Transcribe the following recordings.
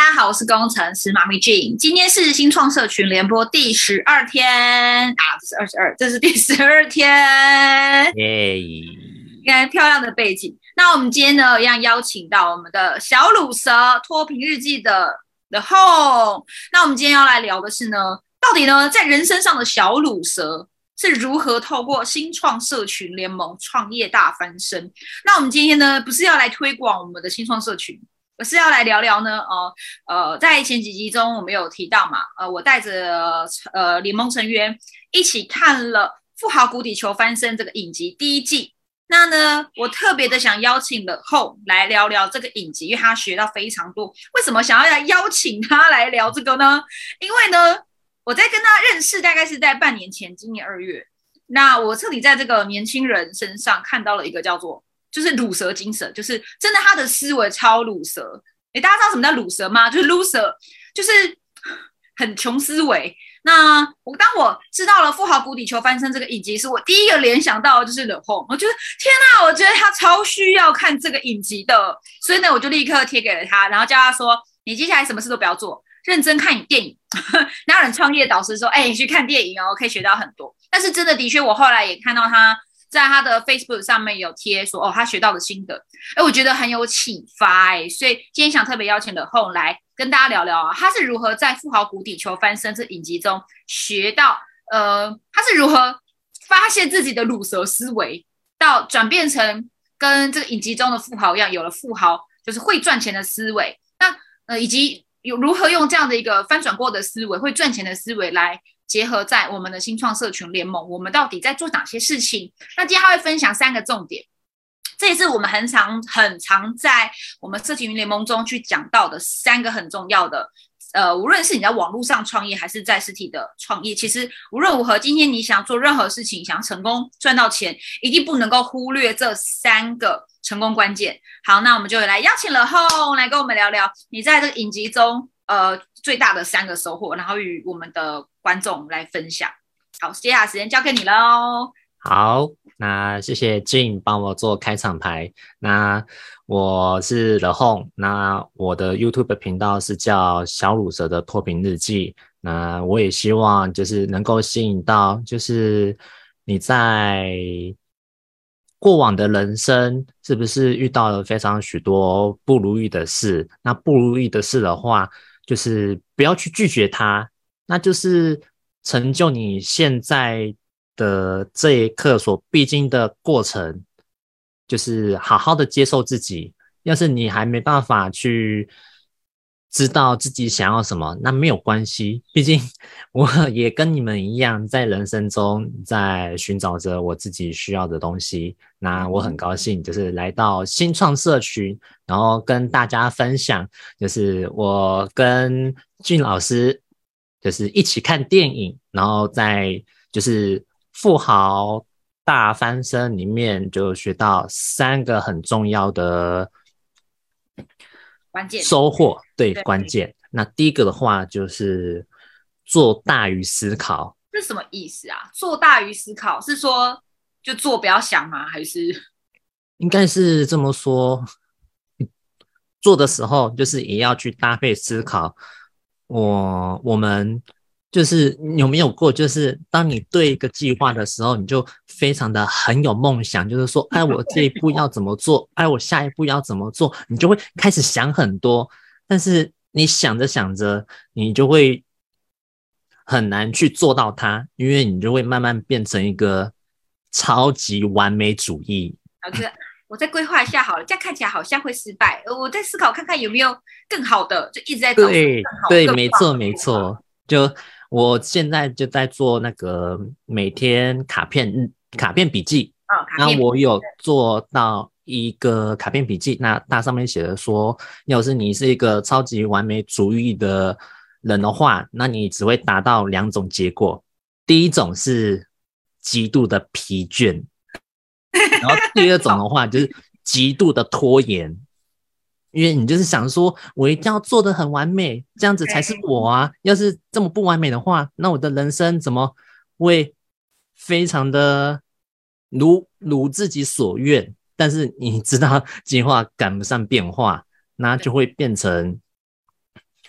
家好，我是工程师妈咪 Jane， 今天是新创社群联播第12天啊，这是22，这是第12天， 耶！ 看漂亮的背景。那我们今天呢，一样邀请到我们的小乳蛇脱贫日记的 The Home。那我们今天要来聊的是呢，到底呢，在人生上的小乳蛇是如何透过新创社群联盟创业大翻身？那我们今天呢，不是要来推广我们的新创社群，而是要来聊聊呢，在前几集中我们有提到嘛，我带着联盟成员一起看了《富豪谷底求翻身》这个影集第1季。那呢，我特别的想邀请了后来聊聊这个影集，因为他学到非常多。为什么想要来邀请他来聊这个呢？因为呢，我在跟他认识大概是在半年前，今年2月。那我彻底在这个年轻人身上看到了一个叫做就是乳蛇精神，就是真的他的思维超乳蛇。大家知道什么叫乳蛇吗？就是 loser， 就是很穷思维。那当我知道了《富豪谷底求翻身》这个影集，是我第一个联想到的就是 The Home。我觉得天哪，我觉得他超需要看这个影集的，所以呢，我就立刻贴给了他，然后叫他说：“你接下来什么事都不要做，认真看电影。”哪有人创业导师说：“你去看电影哦，可以学到很多。”但是真的，的确，我后来也看到他在他的 Facebook 上面有贴说，他学到的心得，我觉得很有启发所以今天想特别邀请了后来跟大家聊聊他是如何在富豪谷底求翻身这影集中学到，他是如何发现自己的乳蛇思维，到转变成跟这个影集中的富豪一样，有了富豪就是会赚钱的思维，那以及如何用这样的一个翻转过的思维，会赚钱的思维来结合在我们的新创社群联盟，我们到底在做哪些事情？那今天他会分享3个重点，这也是我们很常在我们社群联盟中去讲到的3个很重要的。无论是你在网络上创业还是在实体的创业，其实无论如何，今天你想做任何事情，想成功赚到钱，一定不能够忽略这3个成功关键。好，那我们就来邀请了后来跟我们聊聊你在这个影集中最大的3个收获，然后与我们的观众来分享。好，接下来时间交给你喽。 好，那谢谢 Jane 帮我做开场白。那我是 The Home， 那我的 YouTube 频道是叫小乳蛇的脱贫日记。那我也希望就是能够吸引到，就是你在过往的人生是不是遇到了非常许多不如意的事？那不如意的事的话，就是不要去拒绝它，那就是成就你现在的这一刻所必经的过程，就是好好的接受自己。要是你还没办法去知道自己想要什么，那没有关系，毕竟我也跟你们一样，在人生中在寻找着我自己需要的东西。那我很高兴就是来到新创社群，然后跟大家分享，就是我跟俊老师就是一起看电影，然后在就是富豪大翻身里面就学到3个很重要的关键收获，对，关键。那第一个的话就是做大于思考。 这是什么意思啊？做大于思考是说就做不要想吗？还是应该是这么说，做的时候就是也要去搭配思考。我们就是有没有过，就是当你对一个计划的时候，你就非常的很有梦想，就是说，我这一步要怎么做？我下一步要怎么做？你就会开始想很多，但是你想着想着，你就会很难去做到它，因为你就会慢慢变成一个超级完美主义。 我再规划一下好了，这样看起来好像会失败。我再思考看看有没有更好的，就一直在找对对，没错没错。就我现在就在做那个每天卡片笔记，那我有做到一个卡片笔记，那它上面写的说，要是你是一个超级完美主义的人的话，那你只会达到2种结果。第一种是极度的疲倦，然后第2种的话就是极度的拖延。因为你就是想说我一定要做得很完美，这样子才是我啊，要是这么不完美的话，那我的人生怎么会非常的如自己所愿？但是你知道计划赶不上变化，那就会变成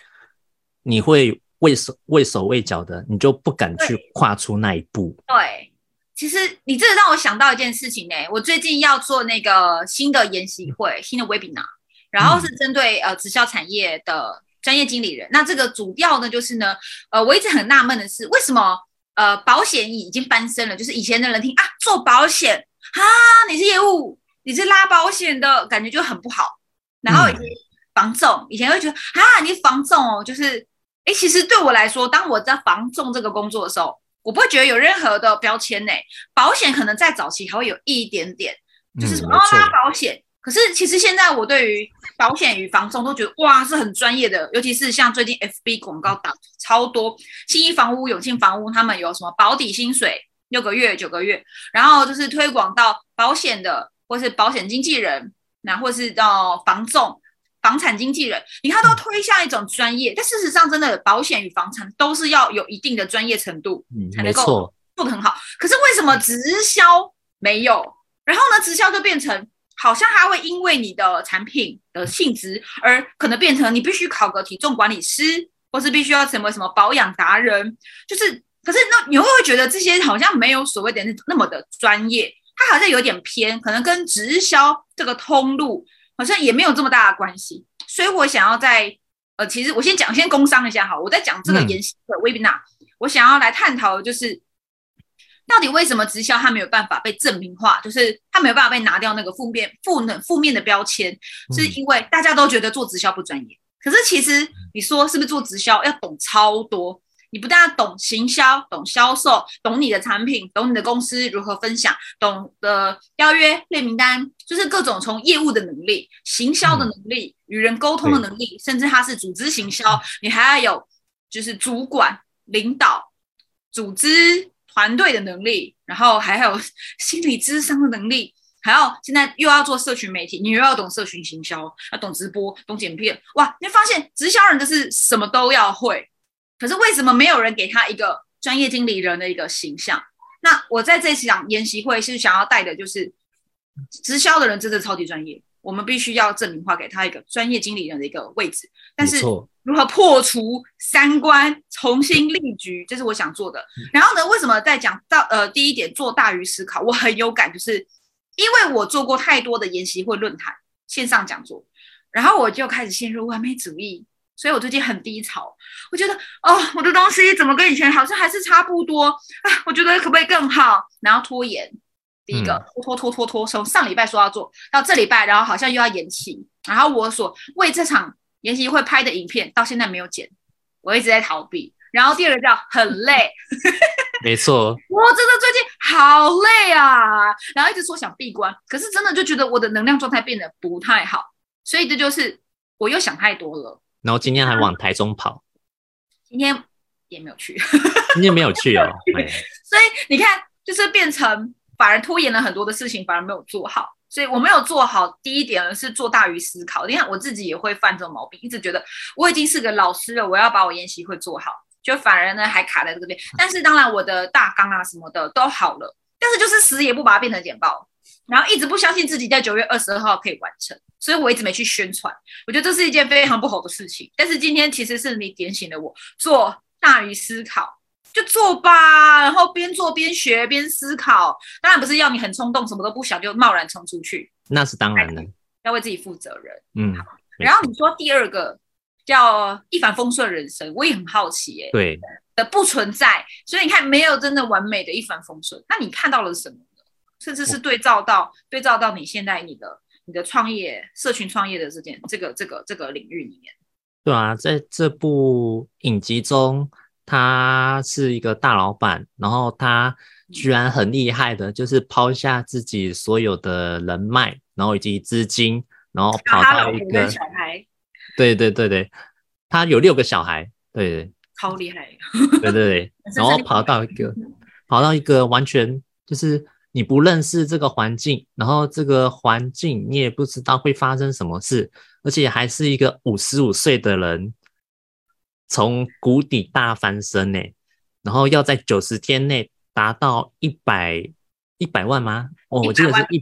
你会畏手畏脚的，你就不敢去跨出那一步。 对，其实你这个让我想到一件事情呢，我最近要做那个新的研习会，新的 webinar， 然后是针对直销产业的专业经理人。那这个主要呢就是呢，我一直很纳闷的是，为什么保险已经翻身了？就是以前的人听啊，做保险啊，你是业务，你是拉保险的，感觉就很不好。然后以前房仲，以前会觉得啊，你房仲哦，就是其实对我来说，当我在房仲这个工作的时候，我不会觉得有任何的标签呢。保险可能在早期还会有一点点，就是什么拉保险。可是其实现在我对于保险与房仲都觉得哇是很专业的，尤其是像最近 FB 广告打超多，信义房屋、永庆房屋他们有什么保底薪水6个月、9个月，然后就是推广到保险的或是保险经纪人，那或是到房仲、房产经纪人，你看都推向一种专业，但事实上真的保险与房产都是要有一定的专业程度才能够做得很好。可是为什么直销没有？然后呢，直销就变成好像它会因为你的产品的性质而可能变成你必须考个体重管理师，或是必须要成为什么保养达人，就是可是那你会觉得这些好像没有所谓的那么的专业，它好像有点偏，可能跟直销这个通路好像也没有这么大的关系。所以我想要在其实我先工商一下好，我在讲这个研习的 webinar，我想要来探讨的就是到底为什么直销它没有办法被正名化，就是它没有办法被拿掉那个负面的标签，是因为大家都觉得做直销不专业。可是其实你说是不是做直销要懂超多？你不但要懂行销、懂销售、懂你的产品、懂你的公司如何分享、懂得邀约、列名单，就是各种从业务的能力、行销的能力、与人沟通的能力，甚至它是组织行销，你还要有就是主管、领导、组织团队的能力，然后还有心理咨商的能力，还要现在又要做社群媒体，你又要懂社群行销，要懂直播，懂剪片，哇！你会发现直销人就是什么都要会。可是为什么没有人给他一个专业经理人的一个形象？那我在这场研习会是想要带的就是直销的人真的超级专业，我们必须要证明化给他一个专业经理人的一个位置。但是如何破除三观，重新立局，这是我想做的。然后呢，为什么在讲到第一点做大于思考，我很有感，就是因为我做过太多的研习会论坛线上讲座，然后我就开始陷入完美主义。所以我最近很低潮，我觉得我的东西怎么跟以前好像还是差不多啊？我觉得可不可以更好？然后拖延，第一个拖，从上礼拜说要做到这礼拜，然后好像又要延期。然后我所为这场研习会拍的影片到现在没有剪，我一直在逃避。然后第二个叫很累， 没错， 我真的最近好累啊！然后一直说想闭关，可是真的就觉得我的能量状态变得不太好，所以这就是我又想太多了。 然后今天还往台中跑， 今天也没有去， 今天没有去哦。 所以你看，就是变成反而拖延了很多的事情，反而没有做好。所以我没有做好第一点是做大于思考。你看我自己也会犯这种毛病，一直觉得我已经是个老师了，我要把我研习会做好，就反而呢还卡在这边。但是当然我的大纲啊什么的都好了，但是就是死也不把它变成简报。然后一直不相信自己在9月22号可以完成，所以我一直没去宣传。我觉得这是一件非常不好的事情。但是今天其实是你点醒了我，做大于思考，就做吧，然后边做边学边思考。当然不是要你很冲动，什么都不想就贸然冲出去， 那是当然的， 要为自己负责任。 好。 然后你说第二个叫一帆风顺人生，我也很好奇对的不存在。所以你看，没有真的完美的一帆风顺。那你看到了什么？甚至是对照到你现在你的创业社群创业的这个领域里面。 对啊，在这部影集中，他是一个大老板，然后他居然很厉害的，就是抛下自己所有的人脉，然后以及资金，然后跑到一个小孩， 对，他有6个小孩，对， 超厉害， 对，然后跑到一个完全就是你不认识这个环境，然后这个环境你也不知道会发生什么事，而且还是一个55岁的人从谷底大翻身然后要在90天内达到100万吗？我记得是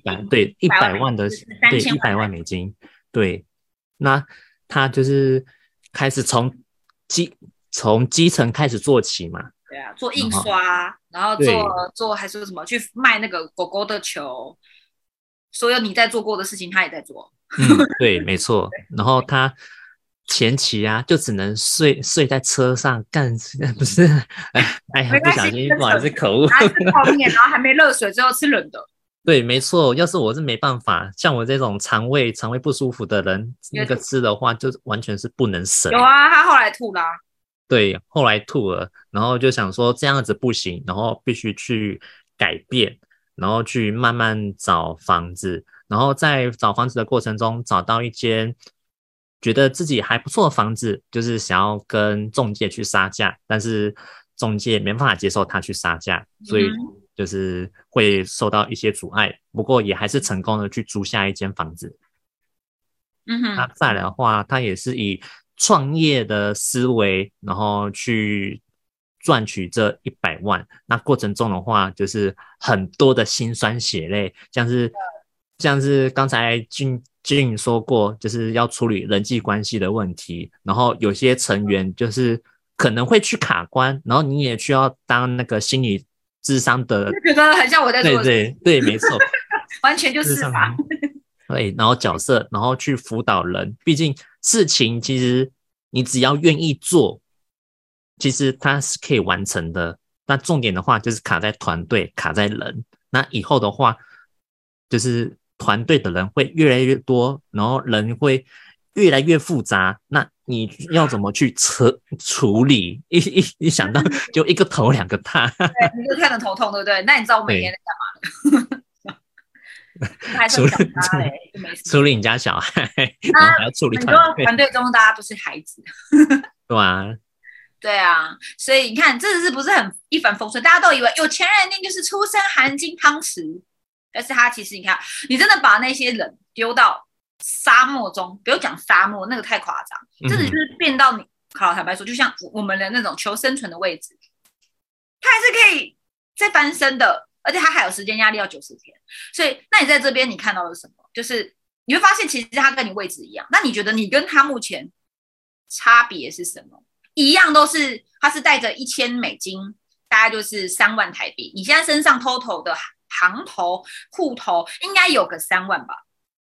100万的，对，100万美金，对，那他就是开始从从基层开始做起嘛。 对啊，做印刷，然后做还说什么去卖那个狗狗的球，所有你在做过的事情，他也在做。 对，没错。然后他前期啊，就只能睡在车上干，不是，不小心，不好意思，口误。 还吃泡面，然后还没热水，之后吃冷的。 对，没错。要是我是没办法，像我这种肠胃不舒服的人，那个吃的话，就完全是不能省。 有啊，他后来吐啦。 对，后来吐了，然后就想说这样子不行，然后必须去改变，然后去慢慢找房子，然后在找房子的过程中找到一间觉得自己还不错的房子，就是想要跟仲介去杀价，但是仲介没办法接受他去杀价，所以就是会受到一些阻碍，不过也还是成功的去租下一间房子。那再来的话，他也是以创业的思维，然后去赚取这100万。那过程中的话，就是很多的辛酸血泪，像是刚才俊说过，就是要处理人际关系的问题，然后有些成员就是可能会去卡关，然后你也需要当那个心理諮商的， 觉得很像我在做的，对，没错， 完全就是法。 对，然后角色，然后去辅导人。毕竟事情其实你只要愿意做，其实它是可以完成的。那重点的话就是卡在团队，卡在人。那以后的话，就是团队的人会越来越多，然后人会越来越复杂。那你要怎么去处理？一想到就一个头两个大， 对，你就看着头痛，对不对？那你知道我每天在干嘛吗？ 处理你家小孩，然后还要处理团队中大家都是孩子， 对啊， 对啊，所以你看，这是不是很一帆风顺？大家都以为有钱人一定就是出身含金汤匙，但是他其实你看，你真的把那些人丢到沙漠中，不用讲沙漠，那个太夸张，真的就是变到你，好坦白说，就像我们的那种求生存的位置，他还是可以再翻身的。而且他还有时间压力要90天，所以那你在这边你看到了什么？就是你会发现其实他跟你位置一样，那你觉得你跟他目前差别是什么？一样都是他是带着$1000，大概就是3万台币。你现在身上 total 的行头户头应该有个3万吧？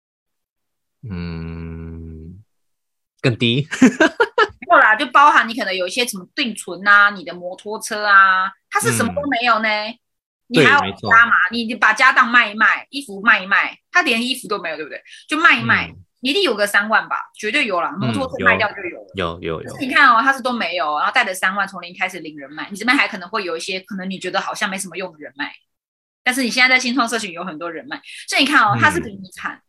更低。 没有啦，就包含你可能有一些什么定存啊，你的摩托车啊，他是什么都没有呢？你还有家嘛？你把家当卖一卖，衣服卖一卖，他连衣服都没有，对不对？就卖一卖，一定有个3万吧，绝对有啦。摩托车卖掉就有了。 有。 你看哦，他是都没有，然后带着3万从零开始领人脉，你这边还可能会有一些可能你觉得好像没什么用的人脉，但是你现在在新创社群有很多人脉，所以你看哦，他是比你惨。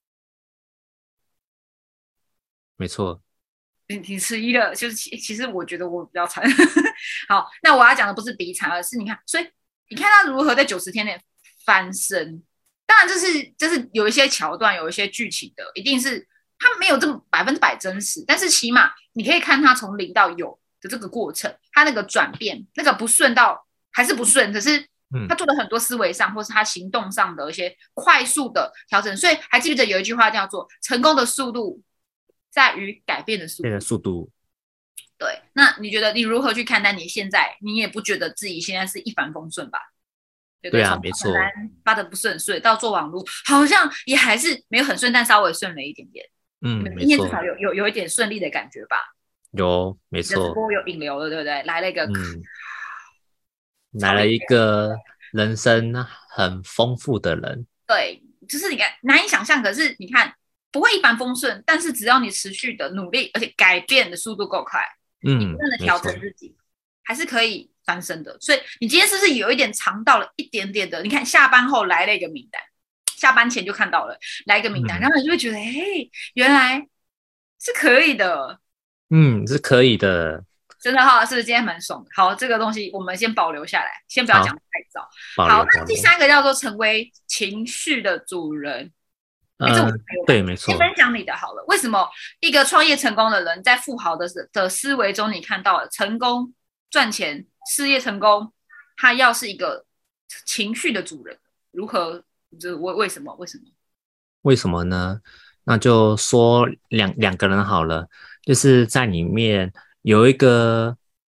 没错。 你迟疑了，就是其实我觉得我比较惨。好，那我要讲的不是比惨，而是你看，所以。你看他如何在90天内翻身，当然这是有一些桥段，有一些剧情的，一定是他没有这么100%真实，但是起码你可以看他从零到有的这个过程，他那个转变，那个不顺到还是不顺，可是他做了很多思维上或是他行动上的一些快速的调整，所以还记不记得有一句话叫做成功的速度在于改变的速度。对，那你觉得你如何去看待你现在？你也不觉得自己现在是一帆风顺吧？ 对啊，没错。 发的不是很顺，到做网络好像也还是没有很顺，但稍微顺了一点点。今天至少有一点顺利的感觉吧？ 有，没错。 直播有引流了，对不对？来了一个人生很丰富的人。 对，就是你看难以想象，可是你看不会一帆风顺，但是只要你持续的努力，而且改变的速度够快。你真的调整自己，还是可以翻身的。所以你今天是不是有一点尝到了一点点的？你看下班后来了一个名单，下班前就看到了来一个名单，然后你就会觉得，原来是可以的。 是可以的。 真的哈，是不是今天蛮爽的？好，这个东西我们先保留下来，先不要讲太早。好，那第3个叫做成为情绪的主人。 对，没错。 先分享你的好了。为什么一个创业成功的人，在富豪的思维中，你看到了成功、赚钱、事业成功，他要是一个情绪的主人，如何？为什么？ 为什么呢？那就说两个人好了，就是在里面有一个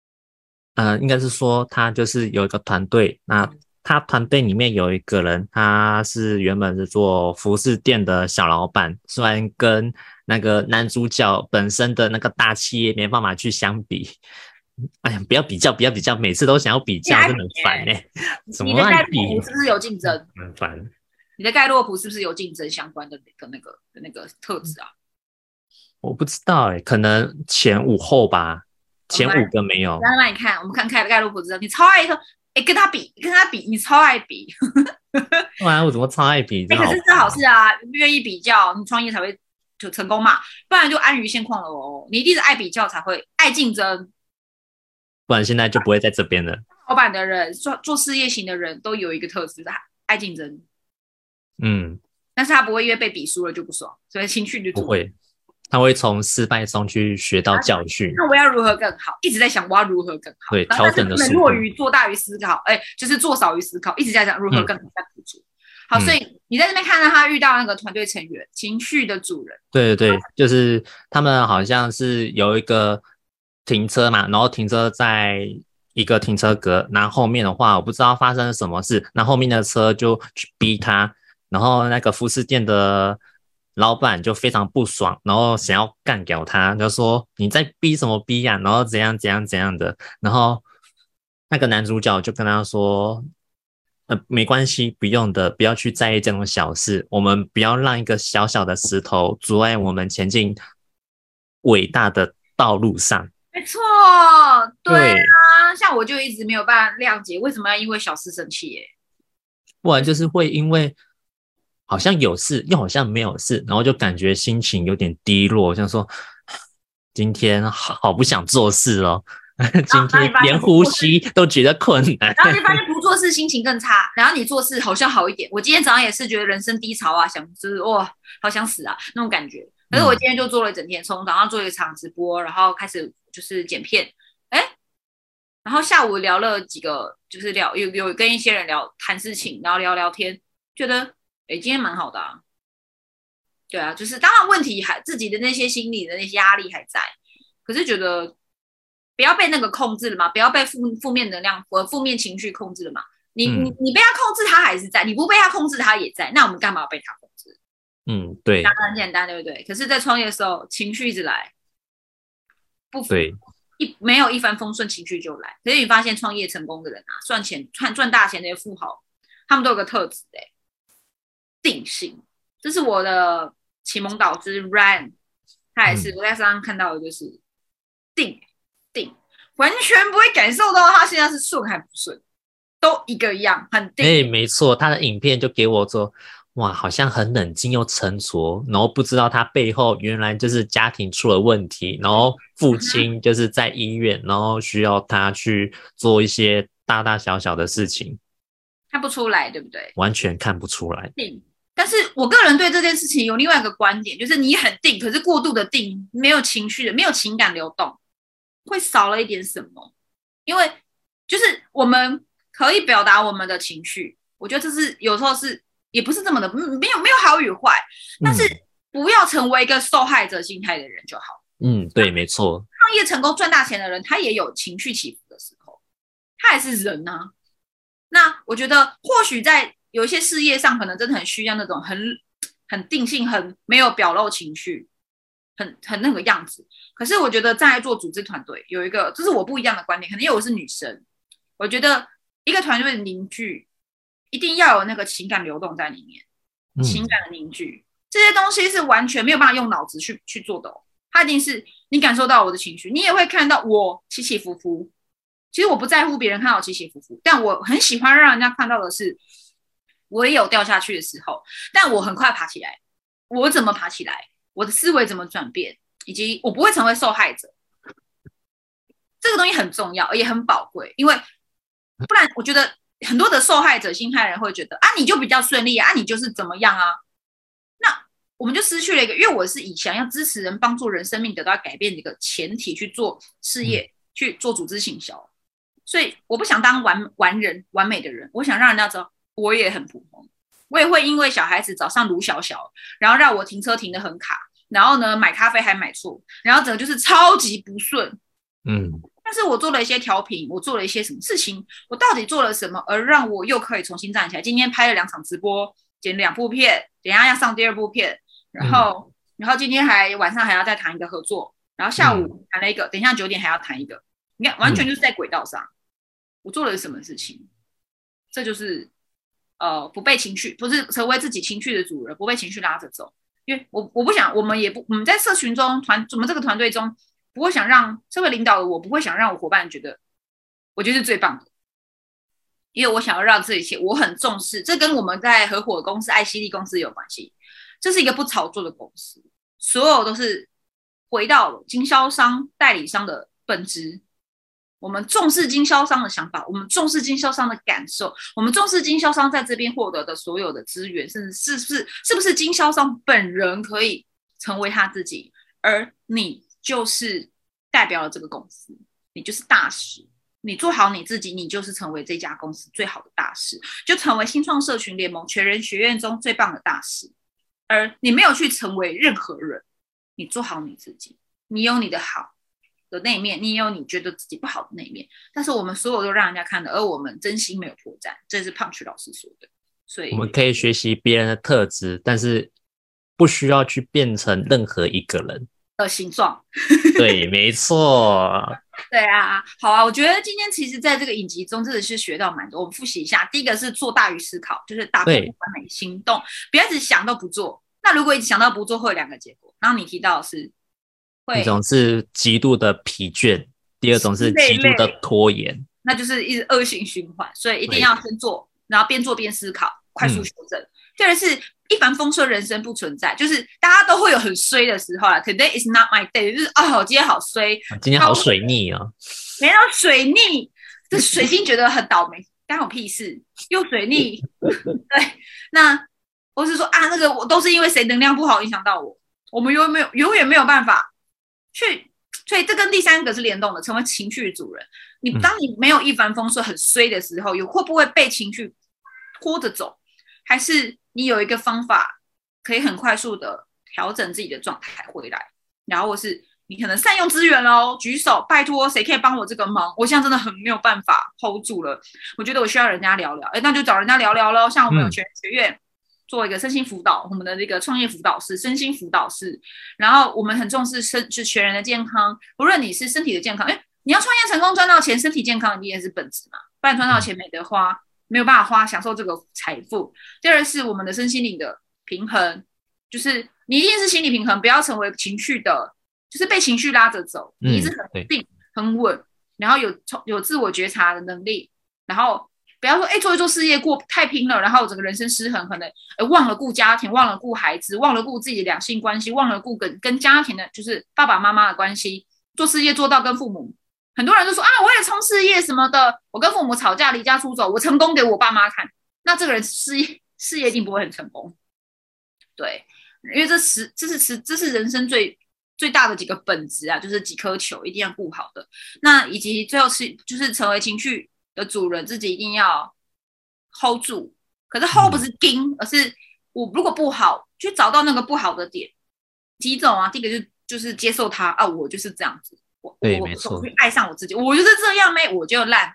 应该是说他就是有一个团队，那他团队里面有一个人，他是原本是做服饰店的小老板，虽然跟那个男主角本身的那个大企业没办法去相比。哎呀，不要比较，不要比较，每次都想要比较，真的很烦欸。怎么乱比？ 你的盖洛普是不是有竞争？ 很烦。 你的盖洛普是不是有竞争相关的那个特质啊？ 我不知道欸，可能前5后吧，前5个没有。 来你看，我们看盖洛普之后，你超爱说，跟他比，你超爱比。 不然我怎么超爱比？ 可是这好事啊，愿意比较，你创业才会就成功嘛，不然就安于现况了哦。你一定是爱比较才会爱竞争， 不然现在就不会在这边了。 老板的人做事业型的人都有一个特质，爱竞争。但是他不会因为被比输了就不爽，所以情绪就不会，他会从失败中去学到教训。 那我要如何更好？一直在想我要如何更好。 对，调整的速度。 落于做大于思考，就是做少于思考，一直在想如何更好，在付出。好，所以你在这边看到他遇到那个团队成员，情绪的主人。 对，就是他们好像是有一个停车嘛，然后停车在一个停车格，然后后面的话我不知道发生了什么事，那后面的车就去逼他。然后那个服饰店的老板就非常不爽，然后想要干掉他，就说你在逼什么逼呀？然后怎样的，然后那个男主角就跟他说，没关系，不用的，不要去在意这种小事，我们不要让一个小小的石头阻碍我们前进伟大的道路上。 没错，对啊，像我就一直没有办法谅解为什么要因为小事生气耶， 不然就是会因为好像有事又好像没有事，然后就感觉心情有点低落，像说今天好不想做事哦，今天连呼吸都觉得困难。 然后你发现不做事心情更差，然后你做事好像好一点。我今天早上也是觉得人生低潮啊，就是哇，好想死啊那种感觉。可是我今天就做了一整天，从早上做一场直播，然后开始就是剪片，然后下午聊了几个，就是有跟一些人谈事情，然后聊天，觉得今天蛮好的啊。对啊，就是当然问题还自己的那些心理的那些压力还在，可是觉得不要被那个控制了嘛，不要被负面能量或负面情绪控制了嘛。你被他控制，他还是在；你不被他控制，他也在。那我们干嘛要被他控制？ 对， 当然很简单，对不对？可是，在创业的时候，情绪一直来， 对， 没有一帆风顺，情绪就来。可是你发现创业成功的人啊，赚大钱那些富豪，他们都有个特质，定性。这是我的启蒙导师 Ryan， 他也是我在上上看到的，就是定，完全不会感受到他现在是顺还不顺，都一个样，很定。 没错，他的影片就给我说，哇，好像很冷静又沉着，然后不知道他背后原来就是家庭出了问题，然后父亲就是在医院，然后需要他去做一些大大小小的事情， 看不出来，对不对？ 完全看不出来。 但是我个人对这件事情有另外一个观点，就是你很定，可是过度的定，没有情绪的，没有情感流动，会少了一点什么。因为就是我们可以表达我们的情绪，我觉得这是有时候是也不是这么的，没有好与坏，但是不要成为一个受害者心态的人就好。 对，没错。 创业成功赚大钱的人，他也有情绪起伏的时候，他还是人啊。那我觉得或许在有一些事业上，可能真的很需要那种很定性、很没有表露情绪、很那个样子。可是我觉得在做组织团队有一个，这是我不一样的观点，可能因为我是女生，我觉得一个团队的凝聚一定要有那个情感流动在里面，情感的凝聚这些东西是完全没有办法用脑子去做的它一定是你感受到我的情绪，你也会看到我起起伏伏。其实我不在乎别人看到我起起伏伏，但我很喜欢让人家看到的是我也有掉下去的时候，但我很快爬起来。我怎么爬起来？我的思维怎么转变？以及我不会成为受害者。这个东西很重要，也很宝贵，因为不然我觉得很多的受害者心态人会觉得你就比较顺利你就是怎么样啊？那我们就失去了一个，因为我是以想要支持人、帮助人生命得到改变的一个前提去做事业，去做组织行销。所以我不想当完美的人，我想让人家知道我也很普通，我也会因为小孩子早上撸小小，然后让我停车停得很卡，然后呢买咖啡还买错，然后整个就是超级不顺。但但是我做了一些调频，我做了一些什么事情，我到底做了什么，而让我又可以重新站起来？今天拍了2场直播，剪2部片，等一下要上第2部片，然后今天晚上还要再谈一个合作，然后下午谈了一个，等一下9点还要谈一个，你看完全就是在轨道上。我做了什么事情？这就是不被情绪，不是成为自己情绪的主人，不被情绪拉着走。因为我不想，我们在社群中我们这个团队中不会想让社会领导的我不会想让我伙伴觉得我就是最棒的，因为我想要让这一切我很重视，这跟我们在合伙的公司爱希利公司有关系。这是一个不炒作的公司，所有都是回到了经销商代理商的本质。我们重视经销商的想法，我们重视经销商的感受，我们重视经销商在这边获得的所有的资源，甚至是不是经销商本人可以成为他自己，而你就是代表了这个公司，你就是大使，你做好你自己，你就是成为这家公司最好的大使，就成为新创社群联盟全人学院中最棒的大使。而你没有去成为任何人，你做好你自己，你有你的好的那一面，你也有你觉得自己不好的那一面，但是我们所有都让人家看的，而我们真心没有破绽，这是胖曲老师说的。所以我们可以学习别人的特质，但是不需要去变成任何一个人的形状。 对，没错。 对啊，好啊，我觉得今天其实在这个影集中真的是学到蛮多。我们复习一下，第一个是做大于思考，就是打破不完美行动，不要一直想都不做。那如果一直想到不做，会有2个结果。然后你提到的是一种是极度的疲倦，第二种是极度的拖延， 那就是一直恶性循环。所以一定要先做，然后边做边思考，快速修正。第二是一帆风顺人生不存在，就是大家都会有很衰的时候啦。Today is not my day， 就是我今天好衰， 今天好水逆啊， 没有水逆，这水星觉得很倒霉，干我屁事，又水逆。对，那我是说那个我都是因为谁能量不好影响到我，我们永远没有办法去，所以这跟第3个是联动的，成为情绪主人。当你没有一帆风顺很衰的时候，会不会被情绪拖着走？还是你有一个方法可以很快速的调整自己的状态回来，然后或是你可能善用资源咯，举手拜托谁可以帮我这个忙，我现在真的很没有办法 hold 住了，我觉得我需要人家聊聊，那就找人家聊聊咯。像我们有全人学院做一个身心辅导，我们的这个创业辅导室、身心辅导室，然后我们很重视是全人的健康，不论你是身体的健康，你要创业成功赚到钱，身体健康一定也是本质嘛，不然赚到钱没得花，没有办法花享受这个财富。第二是我们的身心灵的平衡，就是你一定是心理平衡，不要成为情绪的，就是被情绪拉着走，你一直很定很稳，然后有自我觉察的能力，然后不要说做一做事业过太拼了，然后整个人生失衡，可能忘了顾家庭，忘了顾孩子，忘了顾自己的两性关系，忘了顾跟家庭的就是爸爸妈妈的关系，做事业做到跟父母，很多人都说我也冲事业什么的，我跟父母吵架离家出走，我成功给我爸妈看，那这个人事业一定不会很成功。对，因为这是人生最大的几个本质啊，就是几颗球一定要顾好的。那以及最后就是成为情绪的主人，自己一定要 hold 住。可是 hold 不是盯，而是我如果不好，去找到那个不好的点。几种啊，第一个就是接受它我就是这样子， 对，没错， 我爱上我自己，我就是这样我就烂，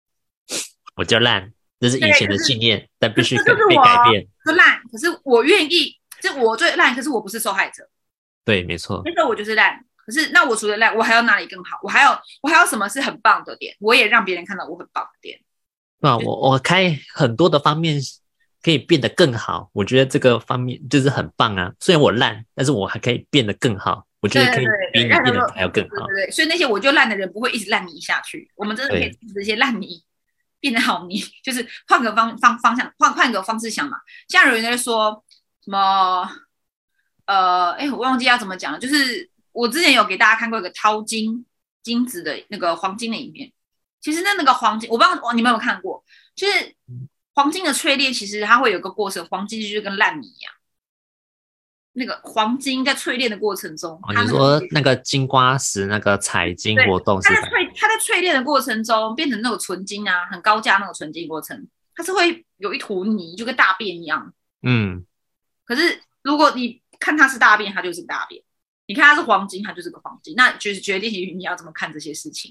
这是以前的信念，但必须被改变。 就烂，可是我愿意，就我最烂，可是我不是受害者。 对，没错。 那时候我就是烂，可是那我除了烂，我还要哪里更好？我还有什么是很棒的点？我也让别人看到我很棒的点。 我开很多的方面可以变得更好，我觉得这个方面就是很棒啊。虽然我烂，但是我还可以变得更好。我觉得可以比你变得还要更好。 对，所以那些我就烂的人不会一直烂泥下去。我们真的可以使这些烂泥变得好泥，就是换个方向，换个方式想嘛。像有人在说什么我忘记要怎么讲了，就是我之前有给大家看过一个淘金子的那个黄金的影片。其实那个黄金，我不知道你们有没有看过，就是黄金的淬炼，其实它会有一个过程，黄金就是跟烂泥一样。那个黄金在淬炼的过程中， 你说那个金瓜石那个采金活动是吧？ 它在淬炼的过程中变成那个纯金啊，很高价那个纯金过程，它是会有一坨泥，就跟大便一样。可是如果你看它是大便，它就是大便；你看它是黄金，它就是个黄金。那就是决定于你要怎么看这些事情。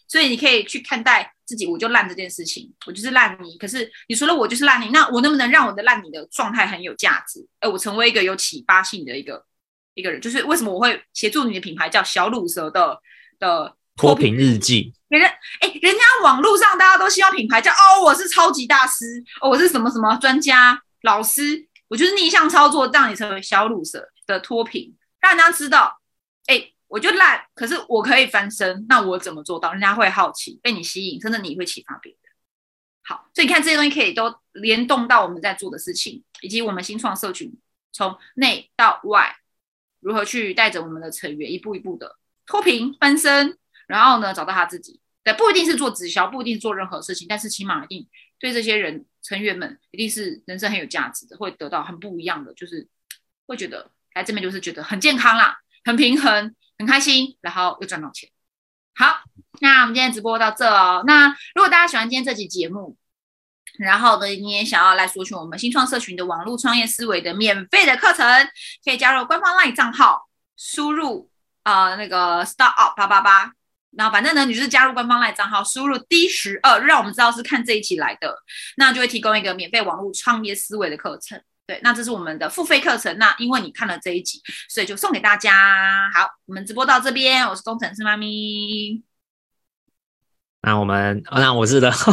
所以你可以去看待自己，我就烂这件事情，我就是烂泥。可是你除了我就是烂泥，那我能不能让我的烂泥的状态很有价值？我成为一个有启发性的一个人，就是为什么我会协助你的品牌叫小乳蛇的脱贫日记。 人家网络上大家都希望品牌叫我是超级大师，我是什么什么专家老师，我就是逆向操作，让你成为小乳蛇的脱贫，让人家知道，我就烂，可是我可以翻身，那我怎么做到？人家会好奇，被你吸引，真的你会启发别人。好，所以你看这些东西可以都联动到我们在做的事情，以及我们新创社群从内到外如何去带着我们的成员一步一步的脱贫翻身，然后呢找到他自己。对，不一定是做直销，不一定做任何事情，但是起码一定对这些人成员们一定是人生很有价值的，会得到很不一样的，就是会觉得来这边就是觉得很健康啦，很平衡，很开心，然后又赚到钱。好，那我们今天直播到这哦。那如果大家喜欢今天这集节目，然后呢你也想要来索取我们新创社群的网络创业思维的免费的课程，可以加入官方 LINE 账号，输入那个 StartUp888，然后反正呢你就是加入官方 LINE 账号，输入 D12，让我们知道是看这一期来的，那就会提供一个免费网络创业思维的课程。对，那这是我们的付费课程，那因为你看了这一集，所以就送给大家。好，我们直播到这边，我是工程师妈咪。 那我是的，好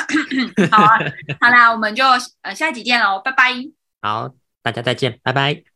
啊，好啦，我们就下一集见喽，拜拜。 好，大家再见，拜拜。